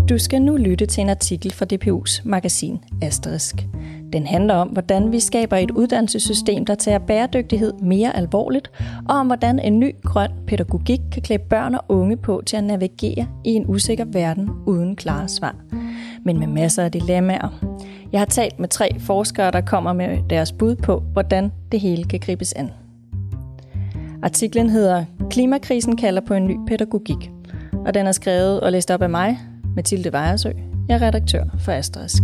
Du skal nu lytte til en artikel fra DPU's magasin Asterisk. Den handler om, hvordan vi skaber et uddannelsessystem, der tager bæredygtighed mere alvorligt, og om hvordan en ny grøn pædagogik kan klæde børn og unge på til at navigere i en usikker verden uden klare svar, men med masser af dilemmaer. Jeg har talt med 3 forskere, der kommer med deres bud på, hvordan det hele kan gribes an. Artiklen hedder Klimakrisen kalder på en ny pædagogik, og den er skrevet og læst op af mig, Mathilde Vejersø. Jeg er redaktør for Asterisk.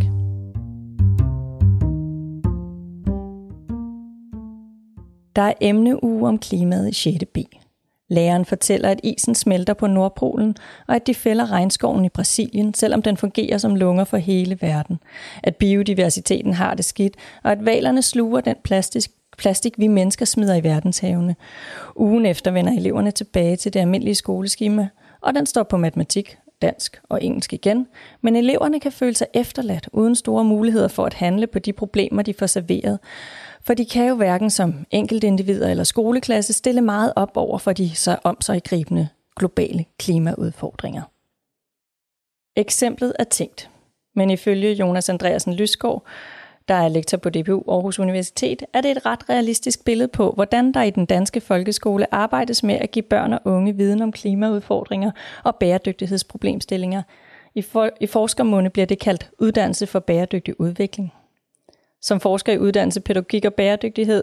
Der er emneuge om klimaet i 6. B. Læreren fortæller, at isen smelter på Nordpolen, og at de fælder regnskoven i Brasilien, selvom den fungerer som lunger for hele verden. At biodiversiteten har det skidt, og at hvalerne sluger den plastik, vi mennesker smider i verdenshavene. Ugen efter vender eleverne tilbage til det almindelige skoleskema, og den står på matematik, dansk og engelsk igen, men eleverne kan føle sig efterladt uden store muligheder for at handle på de problemer, de får serveret. For de kan jo hverken som enkeltindivider eller skoleklasse stille meget op over for de så omsiggribende globale klimaudfordringer. Eksemplet er tænkt, men ifølge Jonas Andreasen Lysgaard, der er lektor på DPU Aarhus Universitet, er det et ret realistisk billede på, hvordan der i den danske folkeskole arbejdes med at give børn og unge viden om klimaudfordringer og bæredygtighedsproblemstillinger. I forskermunde bliver det kaldt uddannelse for bæredygtig udvikling. Som forsker i uddannelse, pædagogik og bæredygtighed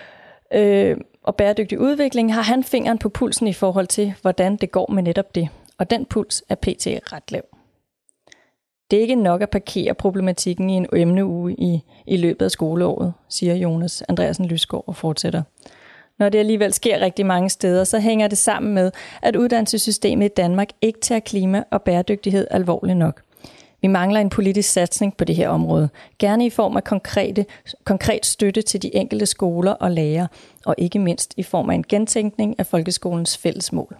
og bæredygtig udvikling har han fingeren på pulsen i forhold til, hvordan det går med netop det. Og den puls er pt. Ret lav. Det er ikke nok at parkere problematikken i en emneuge i løbet af skoleåret, siger Jonas Andreasen Lysgaard og fortsætter. Når det alligevel sker rigtig mange steder, så hænger det sammen med, at uddannelsessystemet i Danmark ikke tager klima og bæredygtighed alvorligt nok. Vi mangler en politisk satsning på det her område, gerne i form af konkret støtte til de enkelte skoler og lærere, og ikke mindst i form af en gentænkning af folkeskolens fælles mål.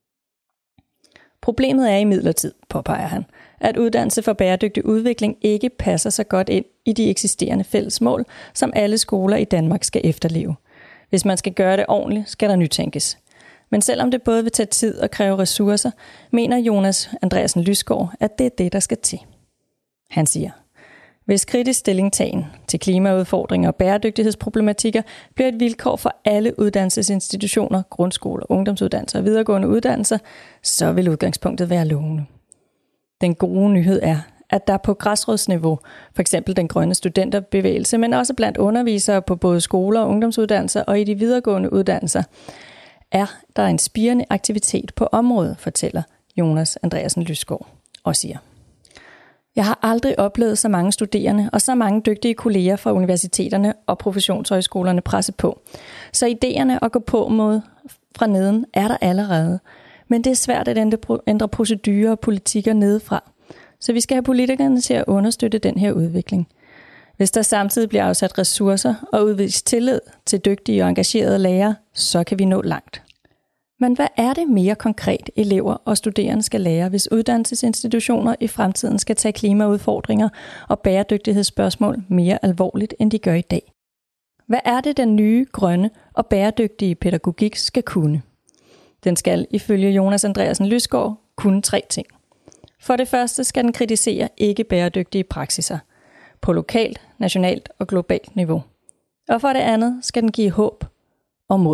Problemet er imidlertid, påpeger han, at uddannelse for bæredygtig udvikling ikke passer så godt ind i de eksisterende fælles mål, som alle skoler i Danmark skal efterleve. Hvis man skal gøre det ordentligt, skal der nytænkes. Men selvom det både vil tage tid og kræve ressourcer, mener Jonas Andreasen Lysgaard, at det er det, der skal til. Han siger, hvis kritisk stillingtagen til klimaudfordringer og bæredygtighedsproblematikker bliver et vilkår for alle uddannelsesinstitutioner, grundskoler, ungdomsuddannelser og videregående uddannelser, så vil udgangspunktet være lovende. Den gode nyhed er, at der på græsrodsniveau, f.eks. den grønne studenterbevægelse, men også blandt undervisere på både skoler og ungdomsuddannelser og i de videregående uddannelser, er der en spirende aktivitet på området, fortæller Jonas Andreasen Lysgaard og siger. Jeg har aldrig oplevet så mange studerende og så mange dygtige kolleger fra universiteterne og professionshøjskolerne presse på. Så idéerne at gå på mod fra neden er der allerede. Men det er svært at ændre procedurer og politikker nedefra. Så vi skal have politikerne til at understøtte den her udvikling. Hvis der samtidig bliver afsat ressourcer og udvist tillid til dygtige og engagerede lærere, så kan vi nå langt. Men hvad er det mere konkret, elever og studerende skal lære, hvis uddannelsesinstitutioner i fremtiden skal tage klimaudfordringer og bæredygtighedsspørgsmål mere alvorligt, end de gør i dag? Hvad er det, den nye, grønne og bæredygtige pædagogik skal kunne? Den skal, ifølge Jonas Andreasen Lysgaard, kunne 3 ting. For det første skal den kritisere ikke bæredygtige praksiser på lokalt, nationalt og globalt niveau. Og for det andet skal den give håb og mod.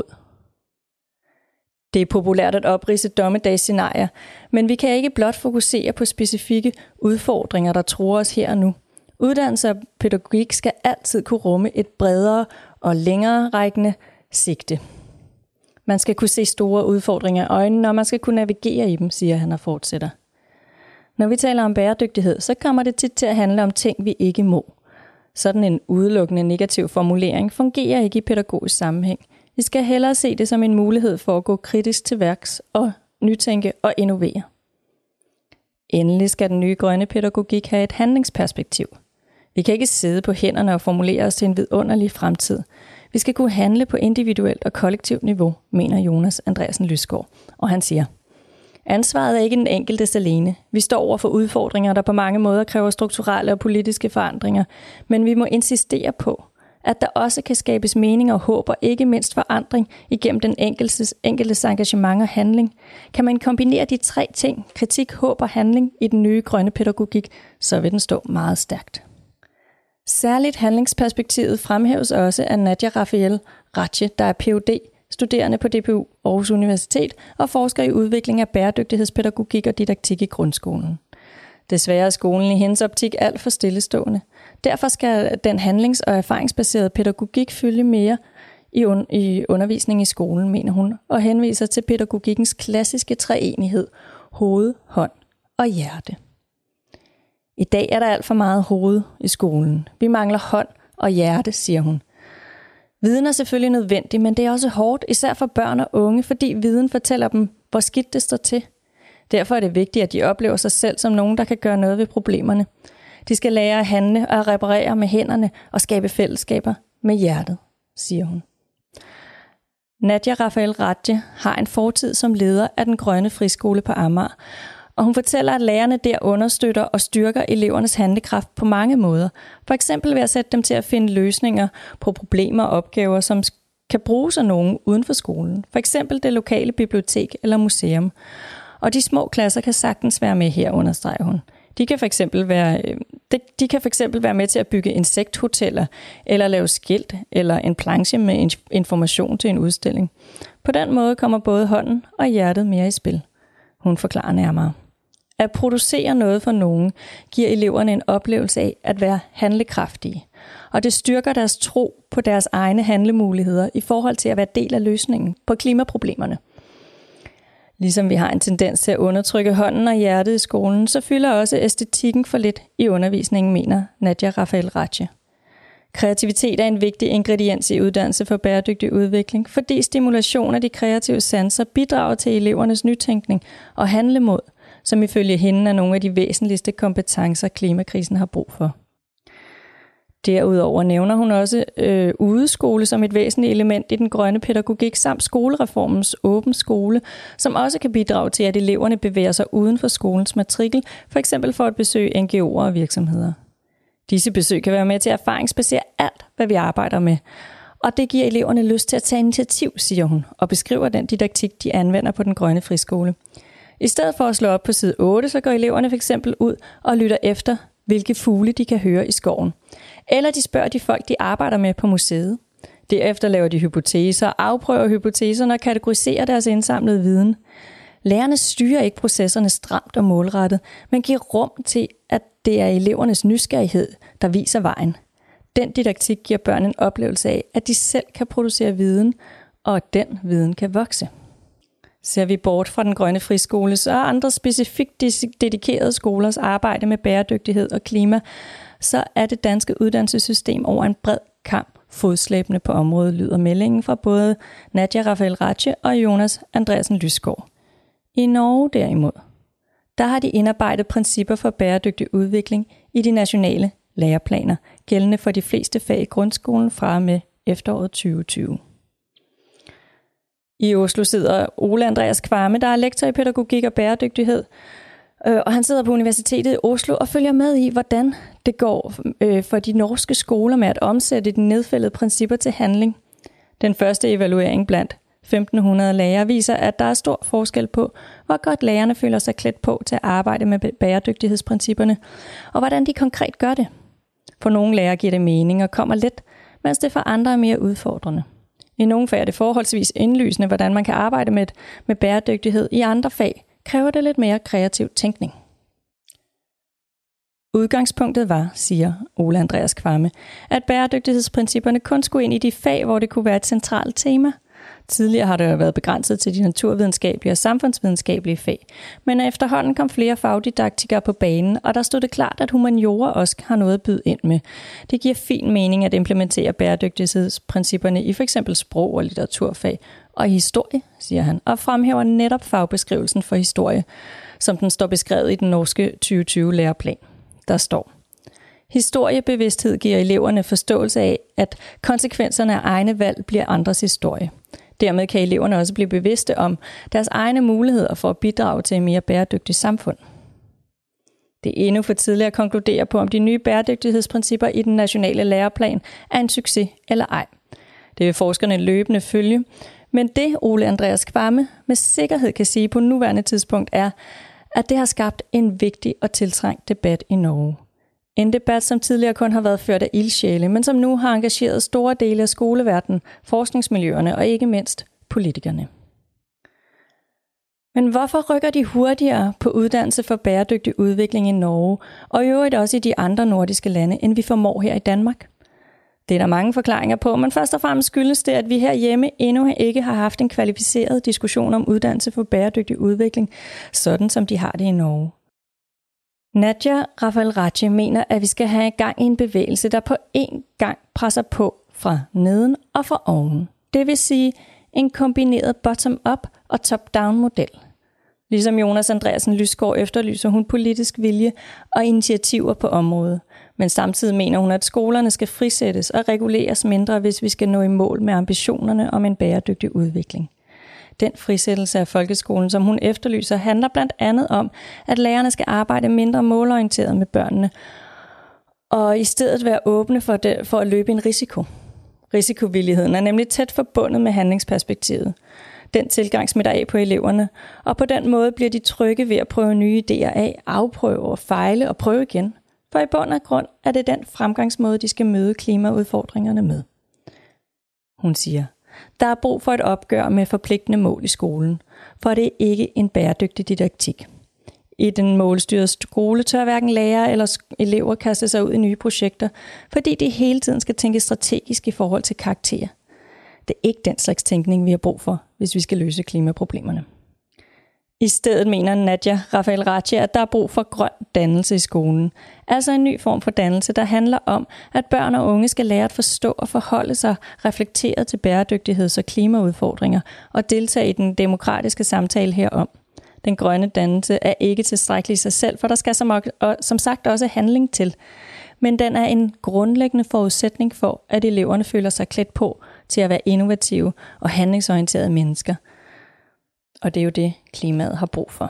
Det er populært at opridse dommedagsscenarier, men vi kan ikke blot fokusere på specifikke udfordringer, der truer os her og nu. Uddannelse og pædagogik skal altid kunne rumme et bredere og længere rækkende sigte. Man skal kunne se store udfordringer i øjnene, og man skal kunne navigere i dem, siger han og fortsætter. Når vi taler om bæredygtighed, så kommer det tit til at handle om ting, vi ikke må. Sådan en udelukkende negativ formulering fungerer ikke i pædagogisk sammenhæng. Vi skal hellere se det som en mulighed for at gå kritisk til værks og nytænke og innovere. Endelig skal den nye grønne pædagogik have et handlingsperspektiv. Vi kan ikke sidde på hænderne og formulere os til en vidunderlig fremtid. Vi skal kunne handle på individuelt og kollektivt niveau, mener Jonas Andreasen Lysgaard. Og han siger, ansvaret er ikke den enkeltes alene. Vi står over for udfordringer, der på mange måder kræver strukturelle og politiske forandringer, men vi må insistere på, at der også kan skabes mening og håb og ikke mindst forandring igennem den enkeltes engagement og handling. Kan man kombinere de 3 ting, kritik, håb og handling, i den nye grønne pædagogik, så vil den stå meget stærkt. Særligt handlingsperspektivet fremhæves også af Nadia Rafael Ratche, der er Ph.D., studerende på DPU Aarhus Universitet og forsker i udvikling af bæredygtighedspædagogik og didaktik i grundskolen. Desværre er skolen i hendes optik alt for stillestående. Derfor skal den handlings- og erfaringsbaserede pædagogik fylde mere i undervisning i skolen, mener hun, og henviser til pædagogikkens klassiske treenighed: hoved, hånd og hjerte. I dag er der alt for meget hoved i skolen. Vi mangler hånd og hjerte, siger hun. Viden er selvfølgelig nødvendig, men det er også hårdt, især for børn og unge, fordi viden fortæller dem, hvor skidt det står til. Derfor er det vigtigt, at de oplever sig selv som nogen, der kan gøre noget ved problemerne. De skal lære at handle og reparere med hænderne og skabe fællesskaber med hjertet, siger hun. Nadia Rafael Ratche har en fortid som leder af den grønne friskole på Amager, og hun fortæller, at lærerne der understøtter og styrker elevernes handlekraft på mange måder. For eksempel ved at sætte dem til at finde løsninger på problemer og opgaver, som kan bruges af nogen uden for skolen. For eksempel det lokale bibliotek eller museum. Og de små klasser kan sagtens være med her, understreger hun. De kan for eksempel være med til at bygge insekthoteller, eller lave skilt, eller en planche med information til en udstilling. På den måde kommer både hånden og hjertet mere i spil. Hun forklarer nærmere. At producere noget for nogen giver eleverne en oplevelse af at være handlekraftige, og det styrker deres tro på deres egne handlemuligheder i forhold til at være del af løsningen på klimaproblemerne. Ligesom vi har en tendens til at undertrykke hånden og hjertet i skolen, så fylder også æstetikken for lidt i undervisningen, mener Nadia Rafael Ratche. Kreativitet er en vigtig ingrediens i uddannelse for bæredygtig udvikling, fordi stimulation af de kreative sanser bidrager til elevernes nytænkning og handlemod, som ifølge hende er nogle af de væsentligste kompetencer, klimakrisen har brug for. Derudover nævner hun også udeskole som et væsentligt element i den grønne pædagogik samt skolereformens åben skole, som også kan bidrage til, at eleverne bevæger sig uden for skolens matrikel, f.eks. for at besøge NGO'er og virksomheder. Disse besøg kan være med til at erfaringsbasere alt, hvad vi arbejder med, og det giver eleverne lyst til at tage initiativ, siger hun, og beskriver den didaktik, de anvender på den grønne friskole. I stedet for at slå op på side 8, så går eleverne f.eks. ud og lytter efter, hvilke fugle de kan høre i skoven. Eller de spørger de folk, de arbejder med på museet. Derefter laver de hypoteser, afprøver hypoteserne og kategoriserer deres indsamlede viden. Lærerne styrer ikke processerne stramt og målrettet, men giver rum til, at det er elevernes nysgerrighed, der viser vejen. Den didaktik giver børn en oplevelse af, at de selv kan producere viden, og at den viden kan vokse. Ser vi bort fra den grønne friskole, så er andre specifikt dedikerede skolers arbejde med bæredygtighed og klima, så er det danske uddannelsessystem over en bred kamp fodslæbende på området, lyder meldingen fra både Nadia Rafael Ratche og Jonas Andreasen Lysgaard. I Norge derimod, der har de indarbejdet principper for bæredygtig udvikling i de nationale læreplaner, gældende for de fleste fag i grundskolen fra og med efteråret 2020. I Oslo sidder Ole Andreas Kvarme, der er lektor i pædagogik og bæredygtighed, og han sidder på Universitetet i Oslo og følger med i, hvordan det går for de norske skoler med at omsætte de nedfældede principper til handling. Den første evaluering blandt 1.500 lærere viser, at der er stor forskel på, hvor godt lærerne føler sig klædt på til at arbejde med bæredygtighedsprincipperne, og hvordan de konkret gør det. For nogle lærere giver det mening og kommer let, mens det for andre er mere udfordrende. I nogle fag er det forholdsvis indlysende, hvordan man kan arbejde med bæredygtighed. I andre fag kræver det lidt mere kreativ tænkning. Udgangspunktet var, siger Ole Andreas Kvarme, at bæredygtighedsprincipperne kun skulle ind i de fag, hvor det kunne være et centralt tema. Tidligere har det været begrænset til de naturvidenskabelige og samfundsvidenskabelige fag, men efterhånden kom flere fagdidaktikere på banen, og der stod det klart, at humaniora også har noget at byde ind med. Det giver fin mening at implementere bæredygtighedsprincipperne i f.eks. sprog- og litteraturfag og i historie, siger han, og fremhæver netop fagbeskrivelsen for historie, som den står beskrevet i den norske 2020-læreplan. Der står: historiebevidsthed giver eleverne forståelse af, at konsekvenserne af egne valg bliver andres historie. Dermed kan eleverne også blive bevidste om deres egne muligheder for at bidrage til et mere bæredygtigt samfund. Det er endnu for tidligt at konkludere på, om de nye bæredygtighedsprincipper i den nationale læreplan er en succes eller ej. Det vil forskerne løbende følge, men det Ole Andreas Kvamme med sikkerhed kan sige på nuværende tidspunkt er, at det har skabt en vigtig og tiltrængt debat i Norge. En debat, som tidligere kun har været ført af ildsjæle, men som nu har engageret store dele af skoleverdenen, forskningsmiljøerne og ikke mindst politikerne. Men hvorfor rykker de hurtigere på uddannelse for bæredygtig udvikling i Norge, og i øvrigt også i de andre nordiske lande, end vi formår her i Danmark? Det er der mange forklaringer på, men først og fremmest skyldes det, at vi herhjemme endnu ikke har haft en kvalificeret diskussion om uddannelse for bæredygtig udvikling, sådan som de har det i Norge. Nadia Rafal-Rajeh mener, at vi skal have gang i en bevægelse, der på én gang presser på fra neden og fra oven. Det vil sige en kombineret bottom-up og top-down model. Ligesom Jonas Andreasen Lysgaard efterlyser hun politisk vilje og initiativer på området, men samtidig mener hun, at skolerne skal frisættes og reguleres mindre, hvis vi skal nå i mål med ambitionerne om en bæredygtig udvikling. Den frisættelse af folkeskolen, som hun efterlyser, handler blandt andet om, at lærerne skal arbejde mindre målorienteret med børnene, og i stedet være åbne for at løbe en risiko. Risikovilligheden er nemlig tæt forbundet med handlingsperspektivet. Den tilgang smitter af på eleverne, og på den måde bliver de trygge ved at prøve nye idéer af, afprøve og fejle og prøve igen. For i bund og grund er det den fremgangsmåde, de skal møde klimaudfordringerne med. Hun siger, der er brug for et opgør med forpligtende mål i skolen, for det er ikke en bæredygtig didaktik. I den målstyrede skole tør hverken lærere eller elever kaste sig ud i nye projekter, fordi de hele tiden skal tænke strategisk i forhold til karakterer. Det er ikke den slags tænkning, vi har brug for, hvis vi skal løse klimaproblemerne. I stedet mener Nadia Rafal-Rajeh, at der er brug for grøn dannelse i skolen. Altså en ny form for dannelse, der handler om, at børn og unge skal lære at forstå og forholde sig reflekteret til bæredygtigheds- og klimaudfordringer og deltage i den demokratiske samtale herom. Den grønne dannelse er ikke tilstrækkelig i sig selv, for der skal som sagt også handling til. Men den er en grundlæggende forudsætning for, at eleverne føler sig klædt på til at være innovative og handlingsorienterede mennesker. Og det er jo det, klimaet har brug for.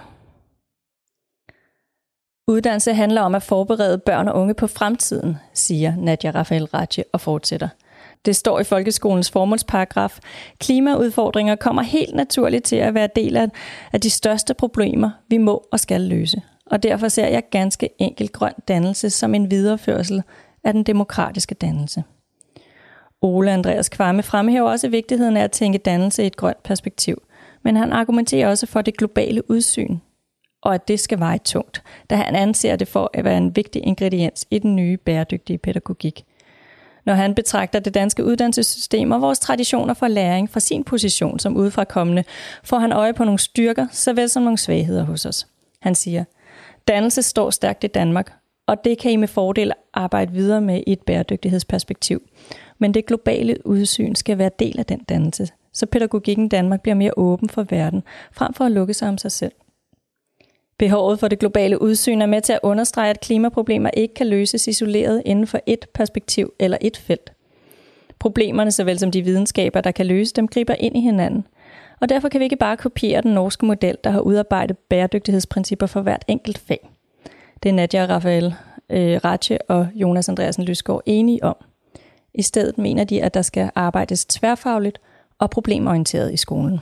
Uddannelse handler om at forberede børn og unge på fremtiden, siger Nadia Rafal-Rajeh og fortsætter. Det står i folkeskolens formålsparagraf. Klimaudfordringer kommer helt naturligt til at være del af de største problemer, vi må og skal løse. Og derfor ser jeg ganske enkelt grøn dannelse som en videreførsel af den demokratiske dannelse. Ole Andreas Kvamme fremhæver også vigtigheden af at tænke dannelse i et grønt perspektiv, men han argumenterer også for det globale udsyn, og at det skal veje tungt, da han anser det for at være en vigtig ingrediens i den nye bæredygtige pædagogik. Når han betragter det danske uddannelsessystem og vores traditioner for læring fra sin position som udefrakommende, får han øje på nogle styrker, såvel som nogle svagheder hos os. Han siger, dannelse står stærkt i Danmark, og det kan I med fordel arbejde videre med i et bæredygtighedsperspektiv. Men det globale udsyn skal være del af den dannelse, så pædagogikken i Danmark bliver mere åben for verden, frem for at lukke sig om sig selv. Behovet for det globale udsyn er med til at understrege, at klimaproblemer ikke kan løses isoleret inden for et perspektiv eller et felt. Problemerne, såvel som de videnskaber, der kan løse dem, griber ind i hinanden. Og derfor kan vi ikke bare kopiere den norske model, der har udarbejdet bæredygtighedsprincipper for hvert enkelt fag. Det er Nadia Rafal-Rajeh og Jonas Andreasen Lysgaard enige om. I stedet mener de, at der skal arbejdes tværfagligt og problemorienteret i skolen.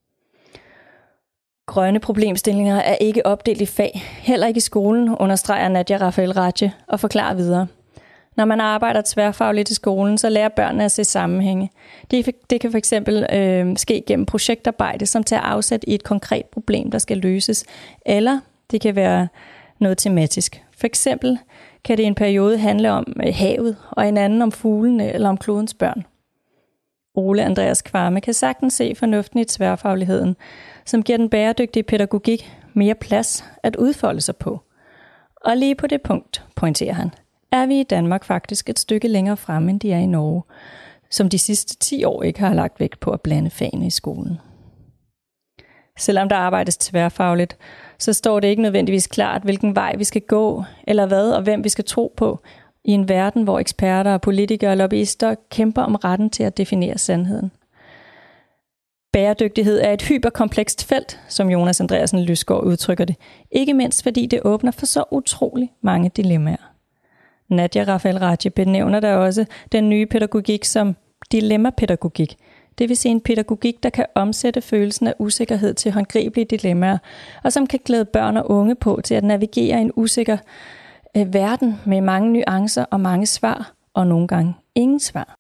Grønne problemstillinger er ikke opdelt i fag, heller ikke i skolen, understreger Nadia Rafal-Rajeh og forklarer videre. Når man arbejder tværfagligt i skolen, så lærer børnene at se sammenhænge. Det kan fx ske gennem projektarbejde, som tager afsæt i et konkret problem, der skal løses, eller det kan være noget tematisk. For eksempel kan det i en periode handle om havet, og en anden om fuglene eller om klodens børn. Ole Andreas Kvamme kan sagtens se fornuften i tværfagligheden, som giver den bæredygtige pædagogik mere plads at udfolde sig på. Og lige på det punkt, pointerer han, er vi i Danmark faktisk et stykke længere fremme, end de er i Norge, som de sidste 10 år ikke har lagt vægt på at blande fagene i skolen. Selvom der arbejdes tværfagligt, så står det ikke nødvendigvis klart, hvilken vej vi skal gå, eller hvad og hvem vi skal tro på, i en verden, hvor eksperter og politikere og lobbyister kæmper om retten til at definere sandheden. Bæredygtighed er et hyperkomplekst felt, som Jonas Andreasen Lysgaard udtrykker det. Ikke mindst fordi det åbner for så utrolig mange dilemmaer. Nadia Raphael Radje benævner der også den nye pædagogik som dilemmapædagogik. Det vil sige en pædagogik, der kan omsætte følelsen af usikkerhed til håndgribelige dilemmaer, og som kan glæde børn og unge på til at navigere en usikker verden med mange nuancer og mange svar, og nogle gange ingen svar.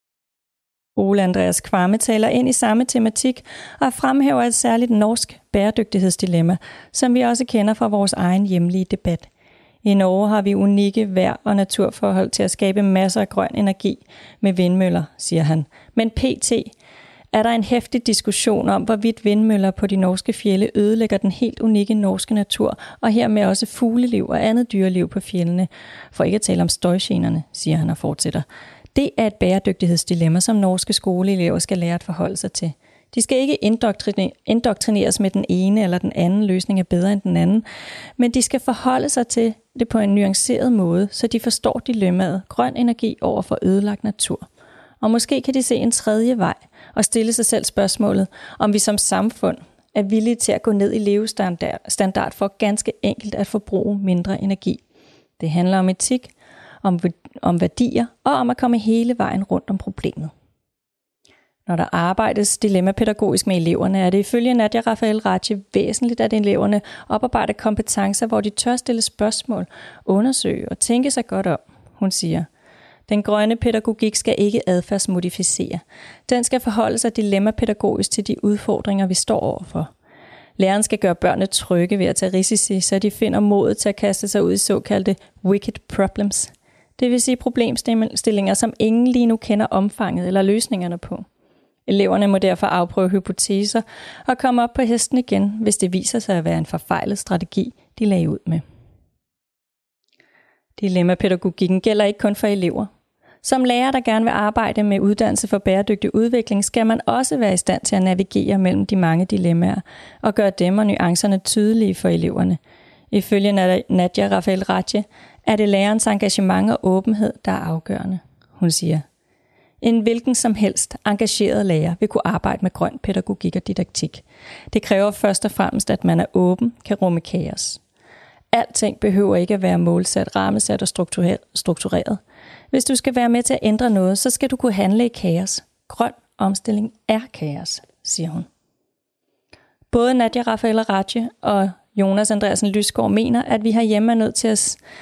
Ole Andreas Kvamme taler ind i samme tematik og fremhæver et særligt norsk bæredygtighedsdilemma, som vi også kender fra vores egen hjemlige debat. I Norge har vi unikke vejr- og naturforhold til at skabe masser af grøn energi med vindmøller, siger han. Men pt. Er der en heftig diskussion om, hvorvidt vindmøller på de norske fjelde ødelægger den helt unikke norske natur, og hermed også fugleliv og andet dyreliv på fjeldene, for ikke at tale om støjgenerne, siger han og fortsætter. Det er et bæredygtighedsdilemma, som norske skoleelever skal lære at forholde sig til. De skal ikke indoktrineres med den ene eller den anden løsning er bedre end den anden, men de skal forholde sig til det på en nuanceret måde, så de forstår dilemmaet grøn energi over for ødelagt natur. Og måske kan de se en tredje vej og stille sig selv spørgsmålet, om vi som samfund er villige til at gå ned i levestandard for ganske enkelt at forbruge mindre energi. Det handler om etik, om værdier og om at komme hele vejen rundt om problemet. Når der arbejdes dilemmapædagogisk med eleverne, er det ifølge Nadia Raphael Radje væsentligt, at eleverne oparbejder kompetencer, hvor de tør stille spørgsmål, undersøge og tænke sig godt om. Hun siger, den grønne pædagogik skal ikke adfærdsmodificere. Den skal forholde sig dilemmapædagogisk til de udfordringer, vi står overfor. Læreren skal gøre børnene trygge ved at tage risici, så de finder modet til at kaste sig ud i såkaldte wicked problems. Det vil sige problemstillinger, som ingen lige nu kender omfanget eller løsningerne på. Eleverne må derfor afprøve hypoteser og komme op på hesten igen, hvis det viser sig at være en forfejlet strategi, de lagde ud med. Dilemmapædagogikken gælder ikke kun for elever. Som lærer, der gerne vil arbejde med uddannelse for bæredygtig udvikling, skal man også være i stand til at navigere mellem de mange dilemmaer og gøre dem og nuancerne tydelige for eleverne. Ifølge Nadia Raphael Radje er det lærerens engagement og åbenhed, der er afgørende. Hun siger, en hvilken som helst engageret lærer vil kunne arbejde med grøn pædagogik og didaktik. Det kræver først og fremmest, at man er åben, kan rumme kaos. Alting behøver ikke at være målsat, rammesat og struktureret. Hvis du skal være med til at ændre noget, så skal du kunne handle i kaos. Grøn omstilling er kaos, siger hun. Både Nadia Raphael Radje og Jonas Andreasen Lysgaard mener, at vi herhjemme er nødt til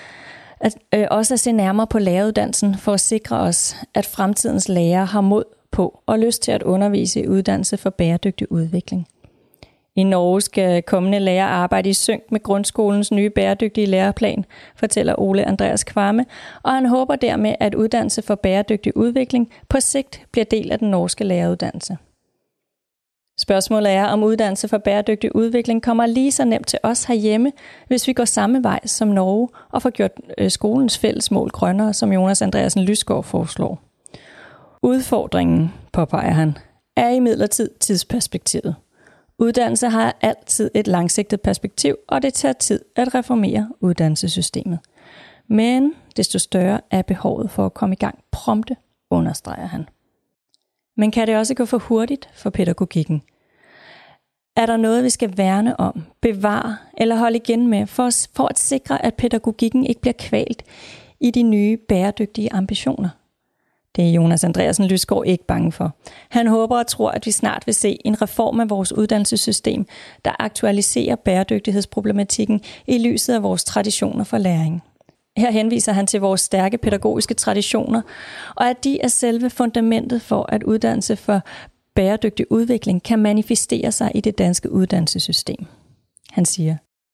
også at se nærmere på læreruddannelsen for at sikre os, at fremtidens lærere har mod på og lyst til at undervise i uddannelse for bæredygtig udvikling. I Norge skal kommende lærere arbejde i synk med grundskolens nye bæredygtige læreplan, fortæller Ole Andreas Kvamme, og han håber dermed, at uddannelse for bæredygtig udvikling på sigt bliver del af den norske læreruddannelse. Spørgsmålet er, om uddannelse for bæredygtig udvikling kommer lige så nemt til os herhjemme, hvis vi går samme vej som Norge og får gjort skolens fælles mål grønnere, som Jonas Andreasen Lysgaard foreslår. Udfordringen, påpeger han, er imidlertid tidsperspektivet. Uddannelse har altid et langsigtet perspektiv, og det tager tid at reformere uddannelsessystemet. Men desto større er behovet for at komme i gang prompte, understreger han. Men kan det også gå for hurtigt for pædagogikken? Er der noget, vi skal værne om, bevare eller holde igen med, for at sikre, at pædagogikken ikke bliver kvalt i de nye bæredygtige ambitioner? Det er Jonas Andreasen Lysgaard ikke bange for. Han håber og tror, at vi snart vil se en reform af vores uddannelsessystem, der aktualiserer bæredygtighedsproblematikken i lyset af vores traditioner for læring. Her henviser han til vores stærke pædagogiske traditioner, og at de er selve fundamentet for, at uddannelse for bæredygtig udvikling kan manifestere sig i det danske uddannelsessystem. Han siger,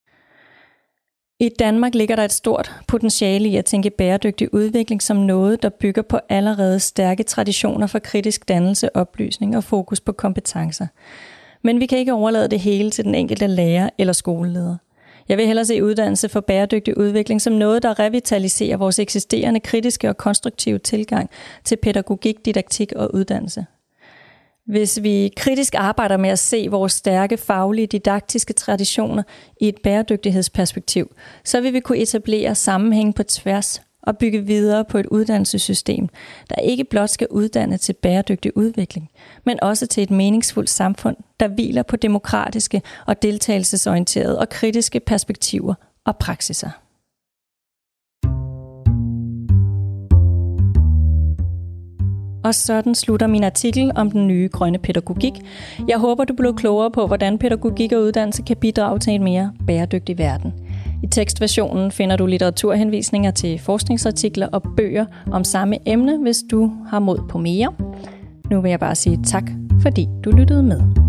i Danmark ligger der et stort potentiale i at tænke bæredygtig udvikling som noget, der bygger på allerede stærke traditioner for kritisk dannelse, oplysning og fokus på kompetencer. Men vi kan ikke overlade det hele til den enkelte lærer eller skoleleder. Jeg vil hellere se uddannelse for bæredygtig udvikling som noget, der revitaliserer vores eksisterende kritiske og konstruktive tilgang til pædagogik, didaktik og uddannelse. Hvis vi kritisk arbejder med at se vores stærke faglige didaktiske traditioner i et bæredygtighedsperspektiv, så vil vi kunne etablere sammenhæng på tværs og bygge videre på et uddannelsessystem, der ikke blot skal uddanne til bæredygtig udvikling, men også til et meningsfuldt samfund, der hviler på demokratiske og deltagelsesorienterede og kritiske perspektiver og praksiser. Og sådan slutter min artikel om den nye grønne pædagogik. Jeg håber, du blev klogere på, hvordan pædagogik og uddannelse kan bidrage til en mere bæredygtig verden. I tekstversionen finder du litteraturhenvisninger til forskningsartikler og bøger om samme emne, hvis du har mod på mere. Nu vil jeg bare sige tak, fordi du lyttede med.